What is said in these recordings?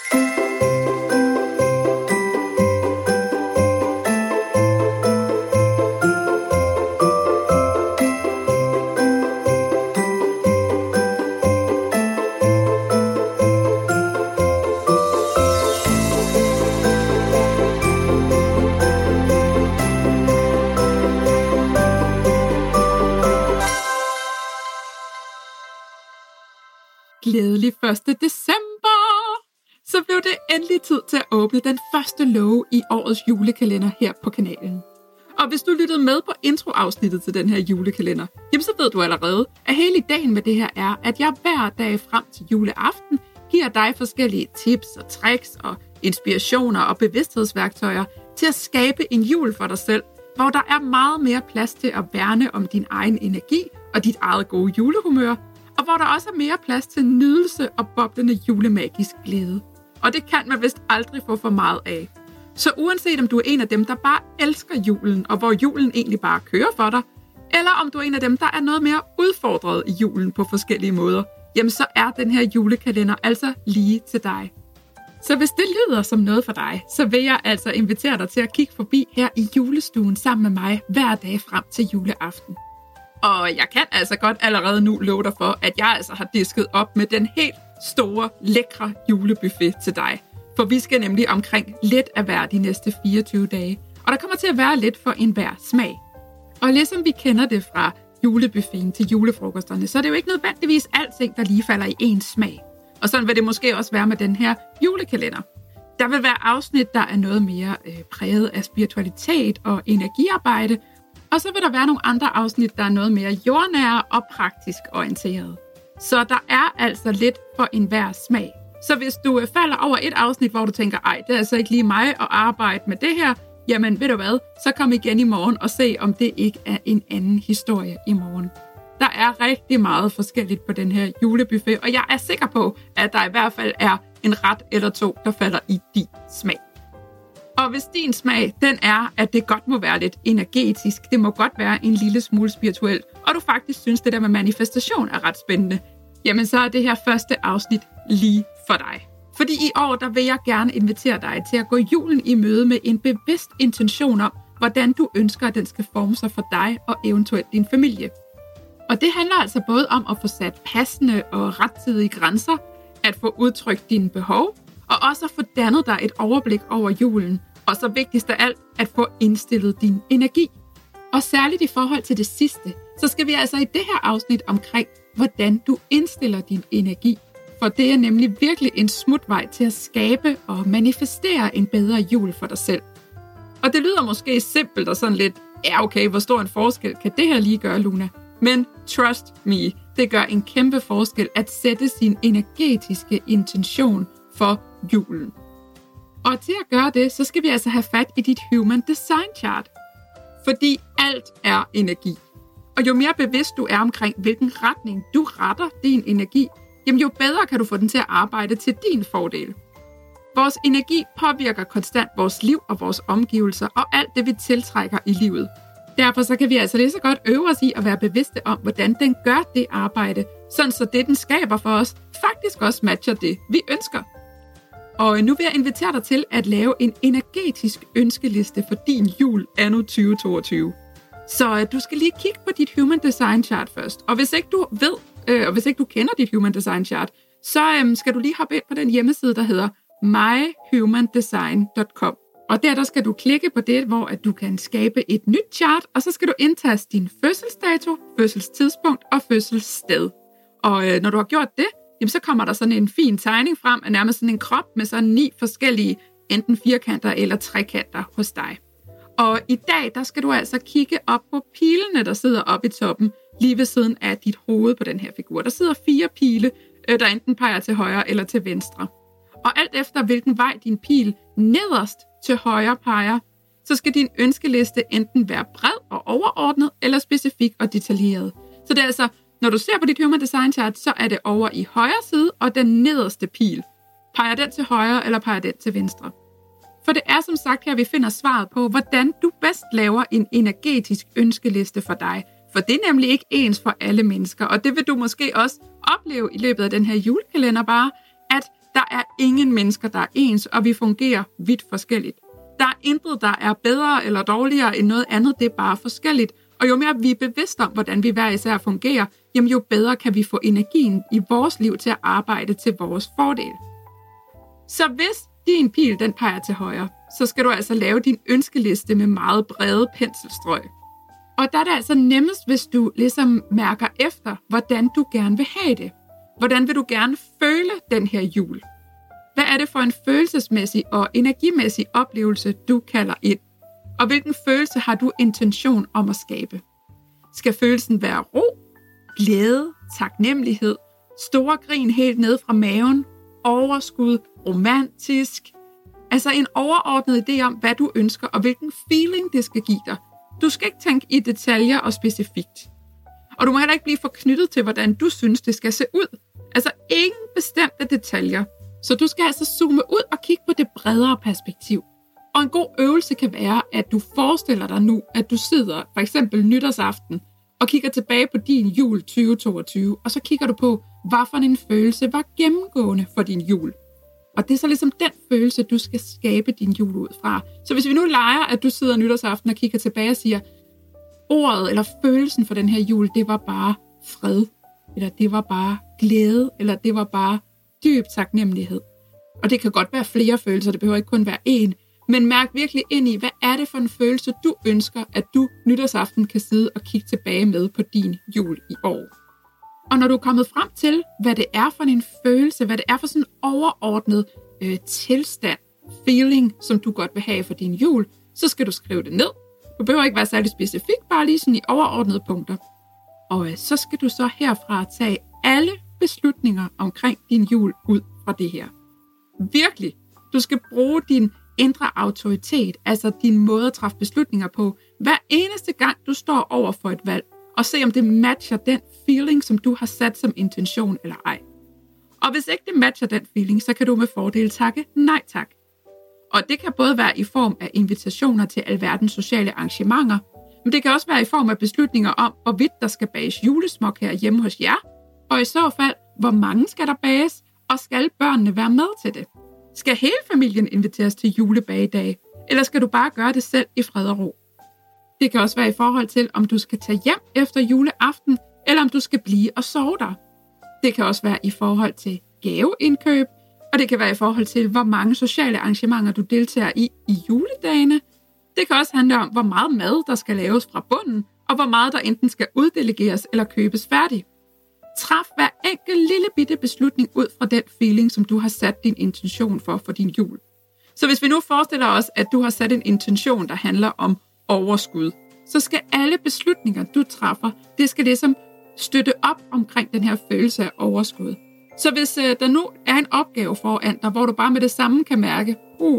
Glædelig 1. december! Så blev det endelig tid til at åbne den første låge i årets julekalender her på kanalen. Og hvis du lyttede med på introafsnittet til den her julekalender, jamen så ved du allerede, at hele ideen med det her er, at jeg hver dag frem til juleaften giver dig forskellige tips og tricks og inspirationer og bevidsthedsværktøjer til at skabe en jul for dig selv, hvor der er meget mere plads til at værne om din egen energi og dit eget gode julehumør, og hvor der også er mere plads til nydelse og boblende julemagisk glæde. Og det kan man vist aldrig få for meget af. Så uanset om du er en af dem, der bare elsker julen, og hvor julen egentlig bare kører for dig, eller om du er en af dem, der er noget mere udfordret i julen på forskellige måder, jamen så er den her julekalender altså lige til dig. Så hvis det lyder som noget for dig, så vil jeg altså invitere dig til at kigge forbi her i julestuen sammen med mig hver dag frem til juleaften. Og jeg kan altså godt allerede nu love dig for, at jeg altså har disket op med den helt store, lækre julebuffet til dig. For vi skal nemlig omkring lidt af hver de næste 24 dage. Og der kommer til at være lidt for enhver smag. Og ligesom vi kender det fra julebuffeten til julefrokosterne, så er det jo ikke nødvendigvis alting, der lige falder i ens smag. Og sådan vil det måske også være med den her julekalender. Der vil være afsnit, der er noget mere præget af spiritualitet og energiarbejde. Og så vil der være nogle andre afsnit, der er noget mere jordnære og praktisk orienteret. Så der er altså lidt for enhver smag. Så hvis du falder over et afsnit, hvor du tænker, ej, det er altså ikke lige mig at arbejde med det her, jamen ved du hvad, så kom igen i morgen og se, om det ikke er en anden historie i morgen. Der er rigtig meget forskelligt på den her julebuffet, og jeg er sikker på, at der i hvert fald er en ret eller to, der falder i din smag. Og hvis din smag, den er, at det godt må være lidt energetisk, det må godt være en lille smule spirituelt, og du faktisk synes, det der med manifestation er ret spændende, jamen så er det her første afsnit lige for dig. Fordi i år, der vil jeg gerne invitere dig til at gå julen i møde med en bevidst intention om, hvordan du ønsker, at den skal forme sig for dig og eventuelt din familie. Og det handler altså både om at få sat passende og rettidige grænser, at få udtrykt dine behov, og også at få dannet dig et overblik over julen, og så vigtigst af alt, at få indstillet din energi. Og særligt i forhold til det sidste, så skal vi altså i det her afsnit omkring, hvordan du indstiller din energi. For det er nemlig virkelig en smutvej til at skabe og manifestere en bedre jul for dig selv. Og det lyder måske simpelt og sådan lidt, ja okay, hvor stor en forskel kan det her lige gøre, Luna? Men trust me, det gør en kæmpe forskel at sætte sin energetiske intention for julen. Og til at gøre det, så skal vi altså have fat i dit Human Design Chart. Fordi alt er energi. Og jo mere bevidst du er omkring, hvilken retning du retter din energi, jamen jo bedre kan du få den til at arbejde til din fordel. Vores energi påvirker konstant vores liv og vores omgivelser og alt det, vi tiltrækker i livet. Derfor så kan vi altså lige så godt øve os i at være bevidste om, hvordan den gør det arbejde, sådan så det, den skaber for os, faktisk også matcher det, vi ønsker. Og nu vil jeg invitere dig til at lave en energetisk ønskeliste for din jul anno 2022. Så du skal lige kigge på dit Human Design Chart først. Og hvis ikke du ved, og hvis ikke du kender dit Human Design Chart, så skal du lige hoppe ind på den hjemmeside, der hedder myhumandesign.com. Og der skal du klikke på det, hvor at du kan skabe et nyt chart, og så skal du indtaste din fødselsdato, fødselstidspunkt og fødselssted. Og når du har gjort det, jamen, så kommer der sådan en fin tegning frem af nærmest sådan en krop med sådan 9 forskellige enten firkanter eller trekanter hos dig. Og i dag, der skal du altså kigge op på pilene, der sidder oppe i toppen, lige ved siden af dit hoved på den her figur. Der sidder 4 pile, der enten peger til højre eller til venstre. Og alt efter hvilken vej din pil nederst til højre peger, så skal din ønskeliste enten være bred og overordnet, eller specifik og detaljeret. Så det er altså, når du ser på dit Human Design Chart, så er det over i højre side, og den nederste pil. Peger den til højre, eller peger den til venstre? For det er som sagt her, vi finder svaret på, hvordan du bedst laver en energetisk ønskeliste for dig. For det er nemlig ikke ens for alle mennesker, og det vil du måske også opleve i løbet af den her julekalender bare, at Der er ingen mennesker, der er ens, og vi fungerer vidt forskelligt. Der er intet, der er bedre eller dårligere end noget andet, det er bare forskelligt. Og jo mere vi er bevidste om, hvordan vi hver især fungerer, jamen jo bedre kan vi få energien i vores liv til at arbejde til vores fordel. Så hvis din pil den peger til højre, så skal du altså lave din ønskeliste med meget brede penselstrøg. Og der er det altså nemmest, hvis du ligesom mærker efter, hvordan du gerne vil have det. Hvordan vil du gerne føle den her jul? Hvad er det for en følelsesmæssig og energimæssig oplevelse, du kalder ind? Og hvilken følelse har du intention om at skabe? Skal følelsen være ro, glæde, taknemmelighed, store grin helt ned fra maven, overskud, romantisk? Altså en overordnet idé om, hvad du ønsker og hvilken feeling det skal give dig. Du skal ikke tænke i detaljer og specifikt. Og du må heller ikke blive for knyttet til, hvordan du synes, det skal se ud. Altså ingen bestemte detaljer. Så du skal altså zoome ud og kigge på det bredere perspektiv. Og en god øvelse kan være, at du forestiller dig nu, at du sidder for eksempel nytårsaften og kigger tilbage på din jul 2022, og så kigger du på, hvad for en følelse var gennemgående for din jul. Og det er så ligesom den følelse, du skal skabe din jul ud fra. Så hvis vi nu leger, at du sidder nytårsaften og kigger tilbage og siger, ordet eller følelsen for den her jul, det var bare fred, eller det var bare glæde, eller det var bare dyb taknemmelighed. Og det kan godt være flere følelser, det behøver ikke kun være én, men mærk virkelig ind i, hvad er det for en følelse, du ønsker, at du nytårsaften kan sidde og kigge tilbage med på din jul i år. Og når du er kommet frem til, hvad det er for en følelse, hvad det er for sådan en overordnet tilstand, feeling, som du godt vil have for din jul, så skal du skrive det ned. Du behøver ikke være særlig specifik, bare lige sådan i overordnede punkter. Og så skal du så herfra tage alle beslutninger omkring din jul ud fra det her. Virkelig. Du skal bruge din indre autoritet, altså din måde at træffe beslutninger på, hver eneste gang du står over for et valg, og se om det matcher den feeling, som du har sat som intention eller ej. Og hvis ikke det matcher den feeling, så kan du med fordel takke nej tak. Og det kan både være i form af invitationer til alverdens sociale arrangementer, men det kan også være i form af beslutninger om, hvorvidt der skal bages julesmok her hjemme hos jer, og i så fald, hvor mange skal der bages, og skal børnene være med til det? Skal hele familien inviteres til julebagedag, eller skal du bare gøre det selv i fred og ro? Det kan også være i forhold til, om du skal tage hjem efter juleaften, eller om du skal blive og sove der. Det kan også være i forhold til gaveindkøb, og det kan være i forhold til, hvor mange sociale arrangementer du deltager i juledagene. Det kan også handle om, hvor meget mad der skal laves fra bunden, og hvor meget der enten skal uddelegeres eller købes færdig. Træf hver enkelt lille bitte beslutning ud fra den feeling, som du har sat din intention for din jul. Så hvis vi nu forestiller os, at du har sat en intention, der handler om overskud, så skal alle beslutninger, du træffer, det skal ligesom støtte op omkring den her følelse af overskud. Så hvis der nu er en opgave foran dig, hvor du bare med det samme kan mærke,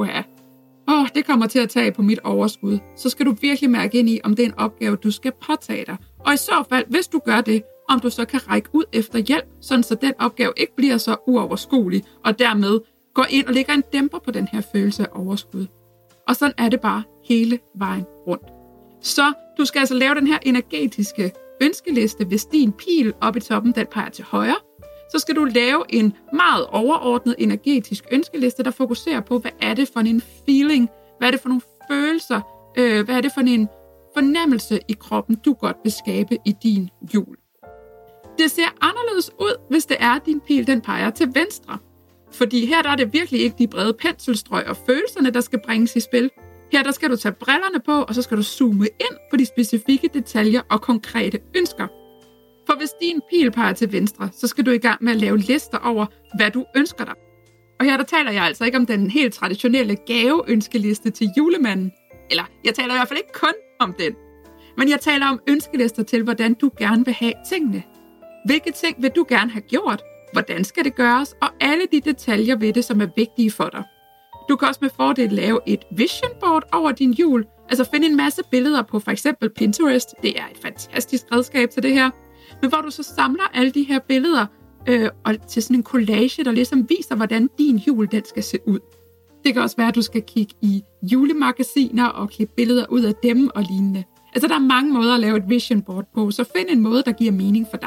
det kommer til at tage på mit overskud, så skal du virkelig mærke ind i, om det er en opgave, du skal påtage dig. Og i så fald, hvis du gør det, om du så kan række ud efter hjælp, sådan så den opgave ikke bliver så uoverskuelig, og dermed går ind og lægger en dæmper på den her følelse af overskud. Og sådan er det bare hele vejen rundt. Så du skal altså lave den her energetiske ønskeliste, hvis din pil oppe i toppen, den peger til højre. Så skal du lave en meget overordnet energetisk ønskeliste, der fokuserer på, hvad er det for en feeling, hvad er det for nogle følelser, hvad er det for en fornemmelse i kroppen, du godt vil skabe i din jul. Det ser anderledes ud, hvis det er, at din pil den peger til venstre. Fordi her der er det virkelig ikke de brede penselstrøg og følelserne, der skal bringes i spil. Her der skal du tage brillerne på, og så skal du zoome ind på de specifikke detaljer og konkrete ønsker. For hvis din pil peger til venstre, så skal du i gang med at lave lister over, hvad du ønsker dig. Og her der taler jeg altså ikke om den helt traditionelle gaveønskeliste til julemanden. Eller jeg taler i hvert fald ikke kun om den. Men jeg taler om ønskelister til, hvordan du gerne vil have tingene. Hvilke ting vil du gerne have gjort? Hvordan skal det gøres? Og alle de detaljer ved det, som er vigtige for dig. Du kan også med fordel lave et vision board over din jul. Altså finde en masse billeder på for eksempel Pinterest. Det er et fantastisk redskab til det her. Men hvor du så samler alle de her billeder og til sådan en collage, der ligesom viser, hvordan din jul den skal se ud. Det kan også være, at du skal kigge i julemagasiner og klippe billeder ud af dem og lignende. Altså der er mange måder at lave et vision board på, så find en måde, der giver mening for dig.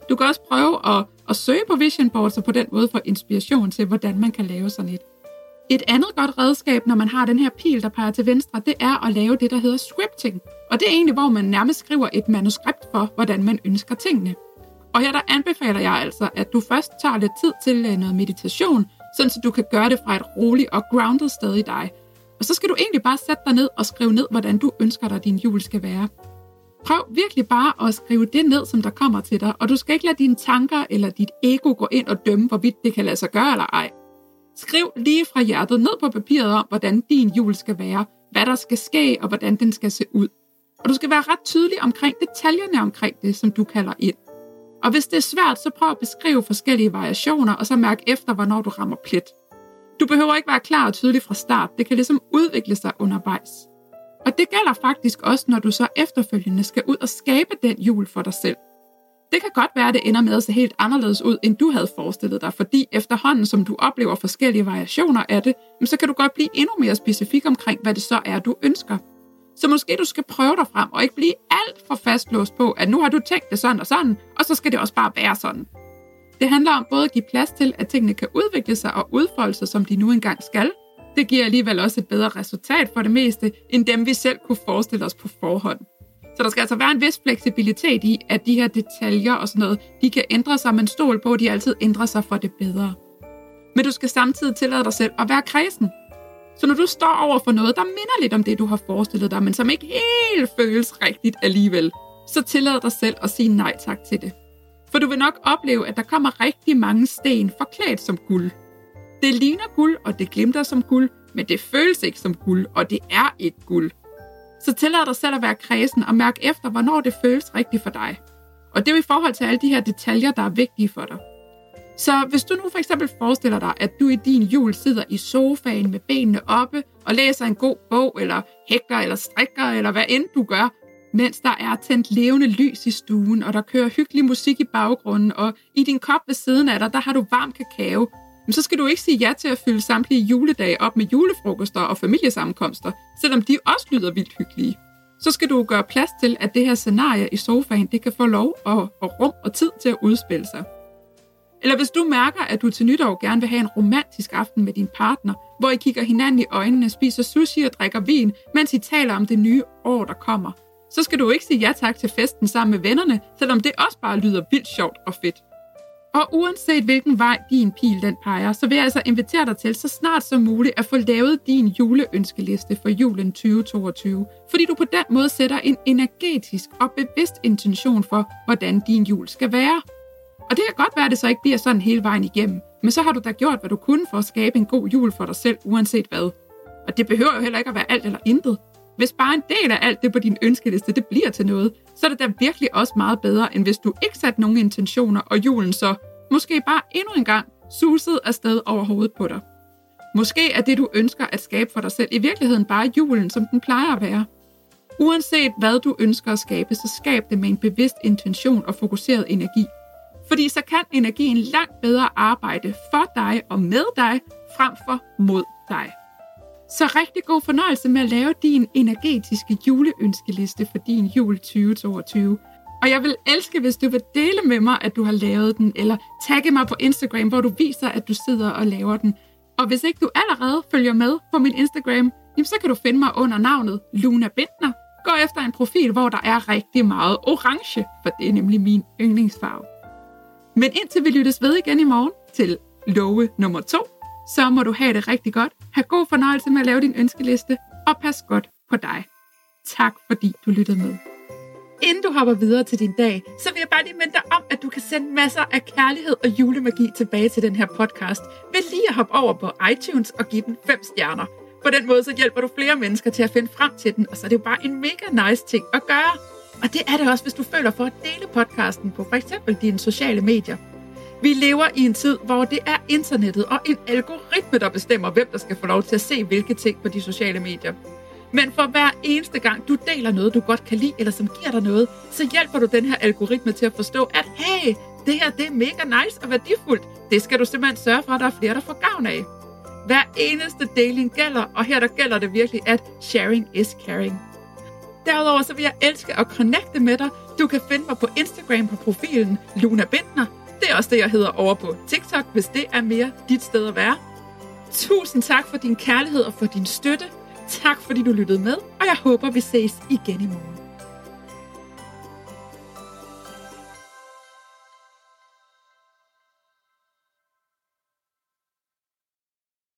Du kan også prøve at søge på vision boards og på den måde få inspiration til, hvordan man kan lave sådan et. Et andet godt redskab, når man har den her pil, der peger til venstre, det er at lave det, der hedder scripting. Og det er egentlig, hvor man nærmest skriver et manuskript for, hvordan man ønsker tingene. Og her der anbefaler jeg altså, at du først tager lidt tid til noget meditation, sådan så du kan gøre det fra et roligt og grounded sted i dig. Og så skal du egentlig bare sætte dig ned og skrive ned, hvordan du ønsker dig, din jul skal være. Prøv virkelig bare at skrive det ned, som der kommer til dig, og du skal ikke lade dine tanker eller dit ego gå ind og dømme, hvorvidt det kan lade sig gøre eller ej. Skriv lige fra hjertet ned på papiret om, hvordan din jul skal være, hvad der skal ske og hvordan den skal se ud. Og du skal være ret tydelig omkring detaljerne omkring det, som du kalder ind. Og hvis det er svært, så prøv at beskrive forskellige variationer, og så mærk efter, hvornår du rammer plet. Du behøver ikke være klar og tydelig fra start. Det kan ligesom udvikle sig undervejs. Og det gælder faktisk også, når du så efterfølgende skal ud og skabe den jul for dig selv. Det kan godt være, at det ender med at se helt anderledes ud, end du havde forestillet dig, fordi efterhånden, som du oplever forskellige variationer af det, så kan du godt blive endnu mere specifik omkring, hvad det så er, du ønsker. Så måske du skal prøve dig frem og ikke blive alt for fastlåst på, at nu har du tænkt det sådan og sådan, og så skal det også bare være sådan. Det handler om både at give plads til, at tingene kan udvikle sig og udfolde sig, som de nu engang skal. Det giver alligevel også et bedre resultat for det meste, end dem vi selv kunne forestille os på forhånd. Så der skal altså være en vis fleksibilitet i, at de her detaljer og sådan noget, de kan ændre sig, men stol på, at de altid ændrer sig for det bedre. Men du skal samtidig tillade dig selv at være kræsen. Så når du står over for noget, der minder lidt om det, du har forestillet dig, men som ikke helt føles rigtigt alligevel, så tillad dig selv at sige nej tak til det. For du vil nok opleve, at der kommer rigtig mange sten forklædt som guld. Det ligner guld, og det glimter som guld, men det føles ikke som guld, og det er ikke guld. Så tillad dig selv at være kræsen og mærk efter, hvornår det føles rigtigt for dig. Og det er jo i forhold til alle de her detaljer, der er vigtige for dig. Så hvis du nu for eksempel forestiller dig, at du i din jul sidder i sofaen med benene oppe og læser en god bog, eller hækker, eller strikker, eller hvad end du gør, mens der er tændt levende lys i stuen, og der kører hyggelig musik i baggrunden, og i din kop ved siden af dig, der har du varm kakao, så skal du ikke sige ja til at fylde samtlige juledage op med julefrokoster og familiesammenkomster, selvom de også lyder vildt hyggelige. Så skal du gøre plads til, at det her scenarie i sofaen, det kan få lov og rum og tid til at udspille sig. Eller hvis du mærker, at du til nytår gerne vil have en romantisk aften med din partner, hvor I kigger hinanden i øjnene, spiser sushi og drikker vin, mens I taler om det nye år, der kommer, så skal du ikke sige ja tak til festen sammen med vennerne, selvom det også bare lyder vildt sjovt og fedt. Og uanset hvilken vej din pil den peger, så vil jeg altså invitere dig til så snart som muligt at få lavet din juleønskeliste for julen 2022, fordi du på den måde sætter en energetisk og bevidst intention for, hvordan din jul skal være. Og det kan godt være, at det så ikke bliver sådan hele vejen igennem, men så har du da gjort, hvad du kunne for at skabe en god jul for dig selv, uanset hvad. Og det behøver jo heller ikke at være alt eller intet. Hvis bare en del af alt det på din ønskeliste, det bliver til noget, så er det da virkelig også meget bedre, end hvis du ikke satte nogen intentioner, og julen så måske bare endnu en gang susede afsted over hovedet på dig. Måske er det, du ønsker at skabe for dig selv, i virkeligheden bare julen, som den plejer at være. Uanset hvad du ønsker at skabe, så skab det med en bevidst intention og fokuseret energi. Fordi så kan energien langt bedre arbejde for dig og med dig, frem for mod dig. Så rigtig god fornøjelse med at lave din energetiske juleønskeliste for din jul 2022. Og jeg vil elske, hvis du vil dele med mig, at du har lavet den, eller tagge mig på Instagram, hvor du viser, at du sidder og laver den. Og hvis ikke du allerede følger med på min Instagram, så kan du finde mig under navnet Luna Bintner. Gå efter en profil, hvor der er rigtig meget orange, for det er nemlig min yndlingsfarve. Men indtil vi lyttes ved igen i morgen til love nummer 2, så må du have det rigtig godt. Ha' god fornøjelse med at lave din ønskeliste, og pas godt på dig. Tak fordi du lyttede med. Inden du hopper videre til din dag, så vil jeg bare lige minde dig om, at du kan sende masser af kærlighed og julemagi tilbage til den her podcast, ved lige at hoppe over på iTunes og give den 5 stjerner. På den måde så hjælper du flere mennesker til at finde frem til den, og så er det jo bare en mega nice ting at gøre. Og det er det også, hvis du føler for at dele podcasten på f.eks. dine sociale medier. Vi lever i en tid, hvor det er internettet og en algoritme, der bestemmer, hvem der skal få lov til at se hvilke ting på de sociale medier. Men for hver eneste gang, du deler noget, du godt kan lide, eller som giver dig noget, så hjælper du den her algoritme til at forstå, at hey, det her det er mega nice og værdifuldt. Det skal du simpelthen sørge for, at der er flere, der får gavn af. Hver eneste deling gælder, og her der gælder det virkelig, at sharing is caring. Derudover så vil jeg elske at connecte med dig. Du kan finde mig på Instagram på profilen Luna Bintner. Det er også det, jeg hedder over på TikTok, hvis det er mere dit sted at være. Tusind tak for din kærlighed og for din støtte. Tak fordi du lyttede med, og jeg håber, vi ses igen i morgen.